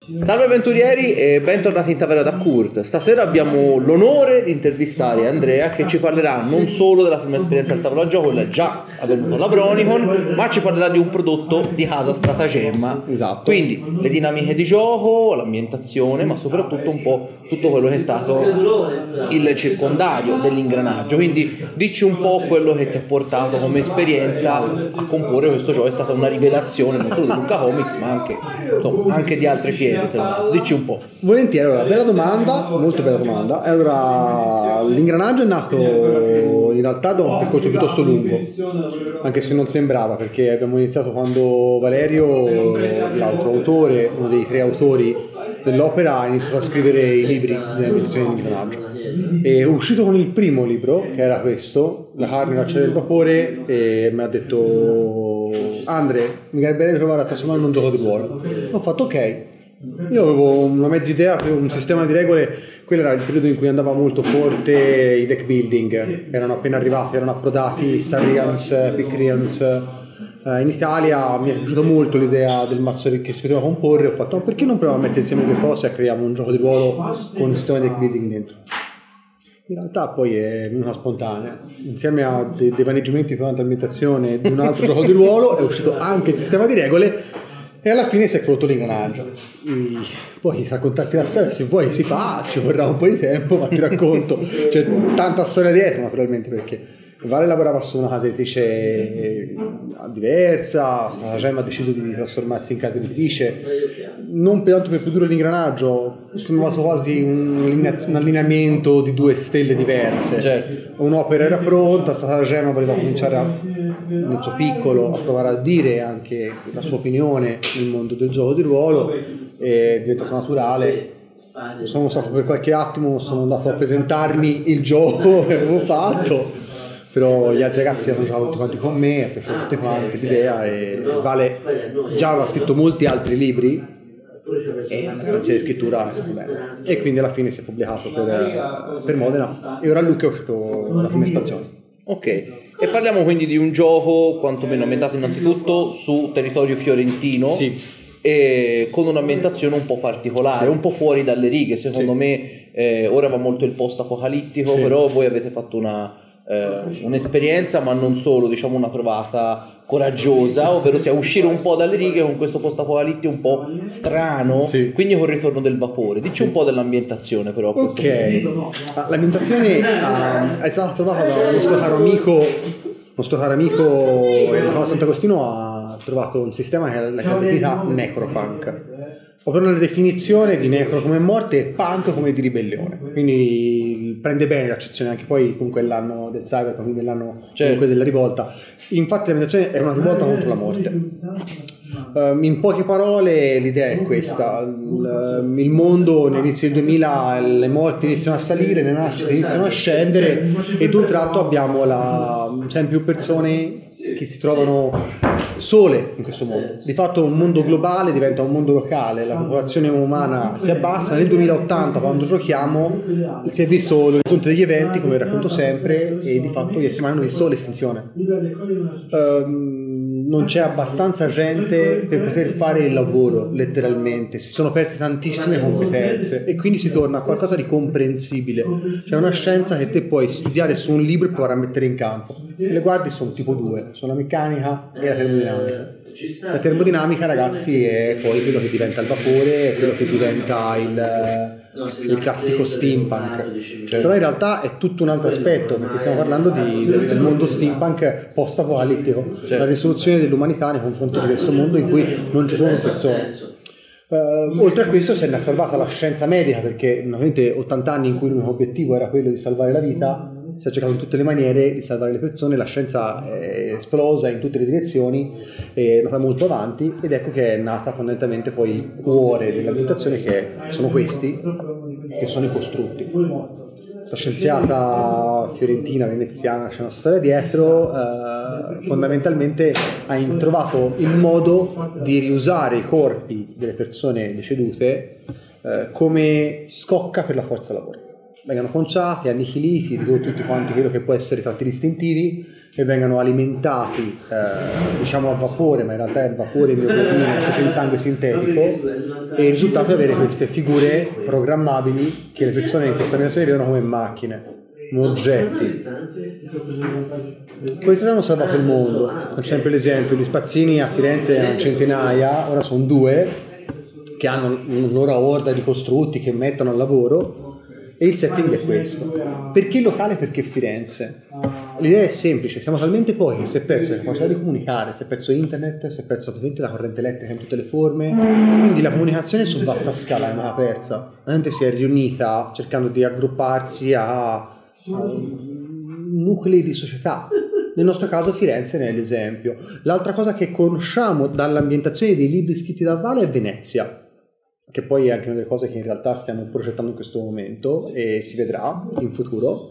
Salve avventurieri e bentornati in taverna da Kurt. Stasera abbiamo l'onore di intervistare Andrea, che ci parlerà non solo della prima esperienza al tavolo da gioco, quella già avvenuta alla Bronicon, ma ci parlerà di un prodotto di casa Stratagemma. Esatto. Quindi le dinamiche di gioco, l'ambientazione, ma soprattutto un po' tutto quello che è stato il circondario dell'ingranaggio. Quindi dici un po' quello che ti ha portato come esperienza a comporre questo gioco. È stata una rivelazione non solo di Lucca Comics, ma anche, insomma, anche di altre fiere. Dici un po'. Volentieri. Allora, bella domanda, molto bella domanda. Allora, l'ingranaggio è nato in realtà da un percorso piuttosto lungo, anche se non sembrava, perché abbiamo iniziato quando Valerio, l'altro autore, uno dei 3 autori dell'opera, ha iniziato a scrivere i libri dell'ambientazione dell'ingranaggio. E è uscito con il primo libro, che era questo, La carne e l'acciaio del vapore, e mi ha detto: Andre, mi piacerebbe provare a trasformarlo in un gioco di ruolo. Ho fatto ok. Io avevo una mezza idea per un sistema di regole. Quello era il periodo in cui andava molto forte i deck building, erano appena arrivati, erano approdati Star Realms, Pick Realms in Italia. Mi è piaciuta molto l'idea del mazzo che si poteva comporre. Ho fatto: ma perché non proviamo a mettere insieme le cose e creiamo un gioco di ruolo con un sistema di deck building dentro? In realtà poi è venuta spontanea, insieme a dei vaneggiamenti durante l'ambientazione di un altro gioco di ruolo è uscito anche il sistema di regole. E alla fine si è prodotto l'ingranaggio. Poi raccontarti la storia, se vuoi si fa, ci vorrà un po' di tempo, ma ti racconto. C'è tanta storia dietro, naturalmente, perché Vale lavorava su una casa editrice diversa, Stratagemma ha deciso di trasformarsi in casa editrice, non tanto per produrre l'ingranaggio, sembrava quasi un allineamento di 2 stelle diverse. Certo. Un'opera era pronta, Stratagemma voleva cominciare nel suo piccolo a provare a dire anche la sua opinione nel mondo del gioco di ruolo, è diventato naturale. Sono stato per qualche attimo, sono andato a presentarmi il gioco che avevo fatto, però gli altri ragazzi hanno giocato tutti quanti con me, è piaciuto tutti quanti l'idea, e Vale già aveva scritto molti altri libri e la garanzia di scrittura è bella, e quindi alla fine si è pubblicato per Modena e ora a Lucca è uscito la prima espansione. Ok, e parliamo quindi di un gioco quantomeno ambientato innanzitutto su territorio fiorentino. Sì. E con un'ambientazione un po' particolare, sì, un po' fuori dalle righe, secondo sì, me. Ora va molto il post apocalittico, sì, però voi avete fatto un'esperienza, ma non solo, diciamo una trovata coraggiosa, ovvero sia uscire un po' dalle righe con questo post apocalittico un po' strano, sì, quindi con il ritorno del vapore. Dici, sì, un po' dell'ambientazione però. Ok, l'ambientazione è stata trovata da un nostro caro amico, Nicola Sant'Agostino ha trovato un sistema che l'ha definita necropunk, ovvero una definizione di necro come morte e punk come di ribellione, quindi prende bene l'accezione anche poi comunque l'anno del cyberpunk, quindi l'anno, certo, comunque della rivolta. Infatti l'ambientazione è una rivolta contro la morte. In poche parole l'idea è questa: il mondo all'inizio del 2000, le morti iniziano a salire, le nascite iniziano a scendere, e d'un tratto abbiamo sempre più persone che si trovano sole in questo mondo. Di fatto un mondo globale diventa un mondo locale, la popolazione umana si abbassa. Nel 2080, quando giochiamo, si è visto l'orizzonte degli eventi, come racconto sempre, e di fatto gli esseri umani hanno visto l'estinzione. Non c'è abbastanza gente per poter fare il lavoro, letteralmente, si sono perse tantissime competenze e quindi si torna a qualcosa di comprensibile. C'è una scienza che te puoi studiare su un libro e provare a mettere in campo. Se le guardi sono tipo 2, sono la meccanica e la termodinamica. La termodinamica, ragazzi, è poi quello che diventa il vapore, è quello che diventa il classico steampunk, però in realtà è tutto un altro aspetto, perché stiamo parlando del mondo steampunk post-apocalittico, la risoluzione dell'umanità nei confronti di questo mondo in cui non ci sono persone. Oltre a questo si è salvata la scienza medica, perché naturalmente 80 anni in cui l'unico obiettivo era quello di salvare la vita, si è cercato in tutte le maniere di salvare le persone, la scienza è esplosa in tutte le direzioni, è andata molto avanti, ed ecco che è nata fondamentalmente poi il cuore dell'ambientazione, che sono questi, che sono i costrutti. Questa scienziata fiorentina, veneziana, c'è una storia dietro, fondamentalmente ha trovato il modo di riusare i corpi delle persone decedute come scocca per la forza lavoro. vengono conciati, annichiliti, ridotti tutti quanti quello che può essere i trattili istintivi e vengono alimentati diciamo a vapore, ma in realtà è vapore mioglobina, una specie di sangue sintetico, e il risultato è avere queste figure programmabili che le persone in questa animazione vedono come macchine, oggetti. Questi hanno salvato il mondo. C'è sempre l'esempio di spazzini a Firenze, erano centinaia, ora sono 2 che hanno una loro orda di costrutti che mettono al lavoro, e il setting è questo. Perché locale? Perché Firenze? L'idea è semplice, siamo talmente pochi che si è perso la capacità di comunicare, si è perso internet, si è perso la corrente elettrica in tutte le forme, quindi la comunicazione su vasta scala è andata persa. La gente si è riunita cercando di aggrupparsi a nuclei di società. Nel nostro caso Firenze ne è l'esempio. L'altra cosa che conosciamo dall'ambientazione dei libri scritti da Vale è Venezia, che poi è anche una delle cose che in realtà stiamo progettando in questo momento e si vedrà in futuro,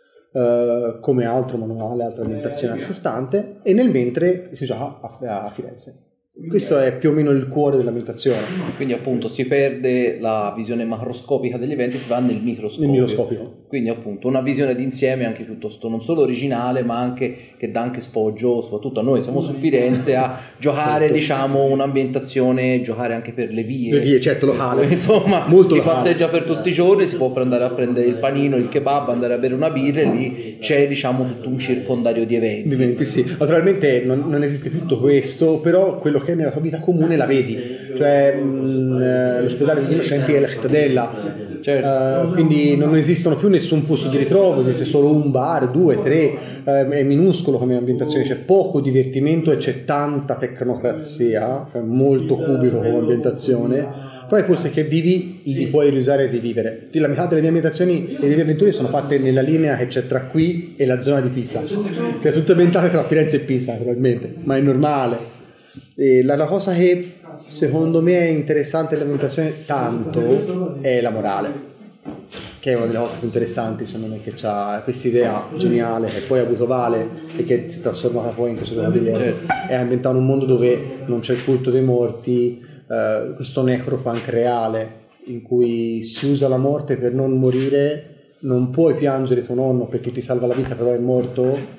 come altro manuale, altra ambientazione a sé stante, e nel mentre si gioca a Firenze. Questo è più o meno il cuore dell'ambientazione. Quindi appunto si perde la visione macroscopica degli eventi, si va nel microscopio. Quindi appunto una visione d'insieme anche piuttosto non solo originale, ma anche che dà anche sfoggio, soprattutto a noi siamo su Firenze, a giocare diciamo un'ambientazione, giocare anche per le vie. Le vie, certo, locale. Insomma, molto si locale. passeggia per tutti i giorni, si può andare a prendere il panino, il kebab, andare a bere una birra, e lì c'è diciamo tutto un circondario di eventi. Sì. Naturalmente non esiste più tutto questo, però quello che nella tua vita comune la vedi, cioè l'ospedale degli innocenti è la cittadella, certo. Quindi non esistono più nessun posto di ritrovo, esiste solo un bar, 2, 3, è minuscolo come ambientazione, c'è poco divertimento e c'è tanta tecnocrazia, è molto cubico come ambientazione, però i posti che vivi li puoi riusare e rivivere. La metà delle mie ambientazioni e delle mie avventure sono fatte nella linea che c'è tra qui e la zona di Pisa, che è tutta ambientata tra Firenze e Pisa naturalmente, ma è normale. E la cosa che secondo me è interessante dell'ambientazione tanto è la morale, che è una delle cose più interessanti secondo me, che c'ha questa idea geniale che poi ha avuto Vale e che si è trasformata poi in questo gioco di ruolo, è ambientare un mondo dove non c'è il culto dei morti, questo necropunk reale in cui si usa la morte per non morire, non puoi piangere tuo nonno perché ti salva la vita però è morto.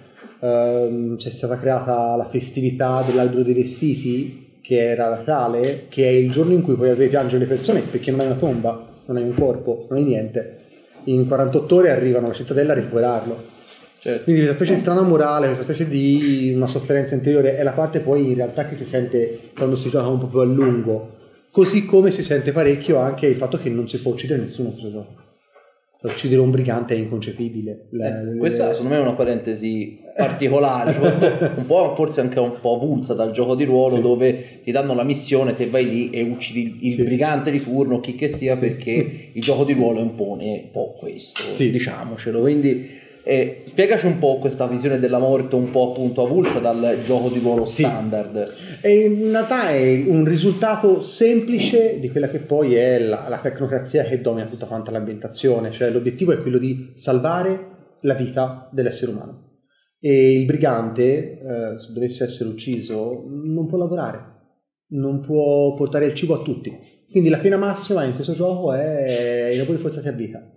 C'è stata creata la festività dell'albero dei vestiti, che era Natale, che è il giorno in cui puoi piangere le persone perché non hai una tomba, non hai un corpo, non hai niente. In 48 ore arrivano alla cittadella a recuperarlo. Certo. Quindi questa specie di strana morale, questa specie di una sofferenza interiore è la parte poi in realtà che si sente quando si gioca un po' più a lungo, così come si sente parecchio anche il fatto che non si può uccidere nessuno in questo gioco. Uccidere un brigante è inconcepibile. Questa secondo me è una parentesi particolare, cioè un po' forse anche un po' avulsa dal gioco di ruolo, dove ti danno la missione, te vai lì e uccidi il brigante di turno, chi che sia, perché il gioco di ruolo impone un po' questo, diciamocelo. Quindi spiegaci un po' questa visione della morte un po' appunto avulsa dal gioco di ruolo standard. E in realtà è un risultato semplice di quella che poi è la tecnocrazia che domina tutta quanta l'ambientazione, cioè l'obiettivo è quello di salvare la vita dell'essere umano, e il brigante se dovesse essere ucciso non può lavorare, non può portare il cibo a tutti, quindi la pena massima in questo gioco è i lavori forzati a vita.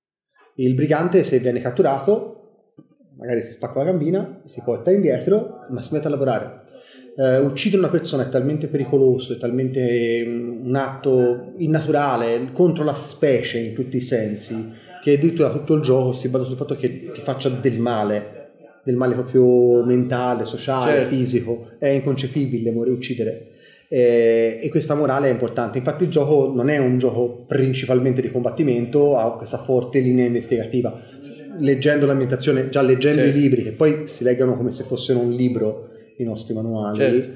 Il brigante, se viene catturato, magari si spacca la gambina, si porta indietro, ma si mette a lavorare. Uccidere una persona è talmente pericoloso, è talmente un atto innaturale, contro la specie in tutti i sensi, che addirittura tutto il gioco si basa sul fatto che ti faccia del male proprio mentale, sociale, fisico. È inconcepibile uccidere. E questa morale è importante. Infatti il gioco non è un gioco principalmente di combattimento, ha questa forte linea investigativa. Leggendo l'ambientazione, già leggendo i libri, che poi si leggono come se fossero un libro i nostri manuali,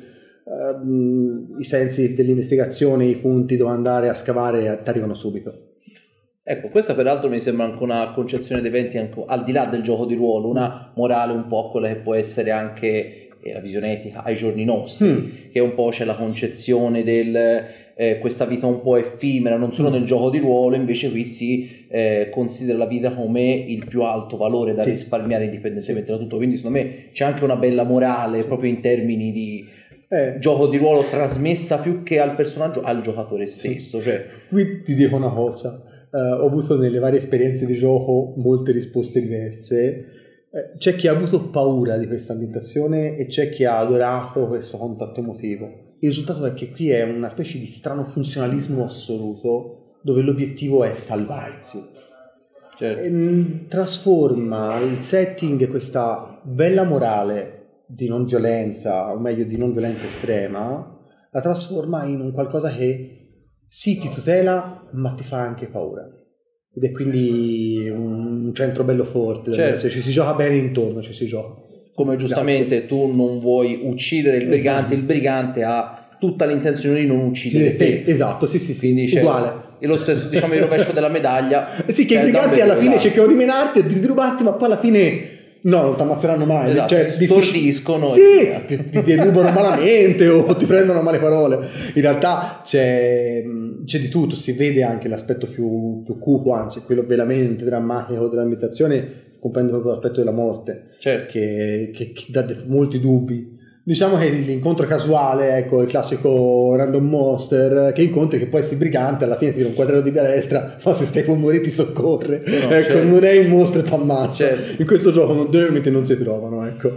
i sensi dell'investigazione, i punti dove andare a scavare ti arrivano subito. Ecco, questa peraltro mi sembra anche una concezione di eventi anche, al di là del gioco di ruolo, una morale un po' quella che può essere anche la visione etica ai giorni nostri, che un po' c'è la concezione del questa vita un po' effimera, non solo nel gioco di ruolo, invece qui si considera la vita come il più alto valore da risparmiare indipendentemente da tutto, quindi secondo me c'è anche una bella morale proprio in termini di gioco di ruolo trasmessa più che al personaggio, al giocatore stesso. Qui ti dico una cosa, ho avuto nelle varie esperienze di gioco molte risposte diverse. C'è chi ha avuto paura di questa ambientazione e c'è chi ha adorato questo contatto emotivo. Il risultato è che qui è una specie di strano funzionalismo assoluto, dove l'obiettivo è salvarsi. Certo. Trasforma il setting, questa bella morale di non violenza, o meglio di non violenza estrema, la trasforma in un qualcosa che sì ti tutela, ma ti fa anche paura. Ed è quindi un centro bello forte, certo. Ci si gioca bene intorno, ci si gioca. Come giustamente tu non vuoi uccidere il brigante ha tutta l'intenzione di non uccidere te. Esatto, sì. Quindi uguale. È lo stesso, diciamo, il rovescio della medaglia. Sì, che i briganti alla fine cercano di menarti e di rubarti, ma poi alla fine no, non ti ammazzeranno mai. Esatto, stordiscono. Sì, ti rubano malamente o ti prendono a male parole. In realtà c'è di tutto, si vede anche l'aspetto più cupo, anzi quello veramente drammatico dell'ambientazione, comprende proprio l'aspetto della morte, certo. che dà molti dubbi. Diciamo che l'incontro casuale, ecco, il classico random monster che incontri, che poi si brigante, alla fine ti tira un quadrato di balestra, ma se stai per morire ti soccorre. No, ecco, certo. Non è il mostro e ti ammazza. Certo. In questo gioco generalmente non si trovano, ecco.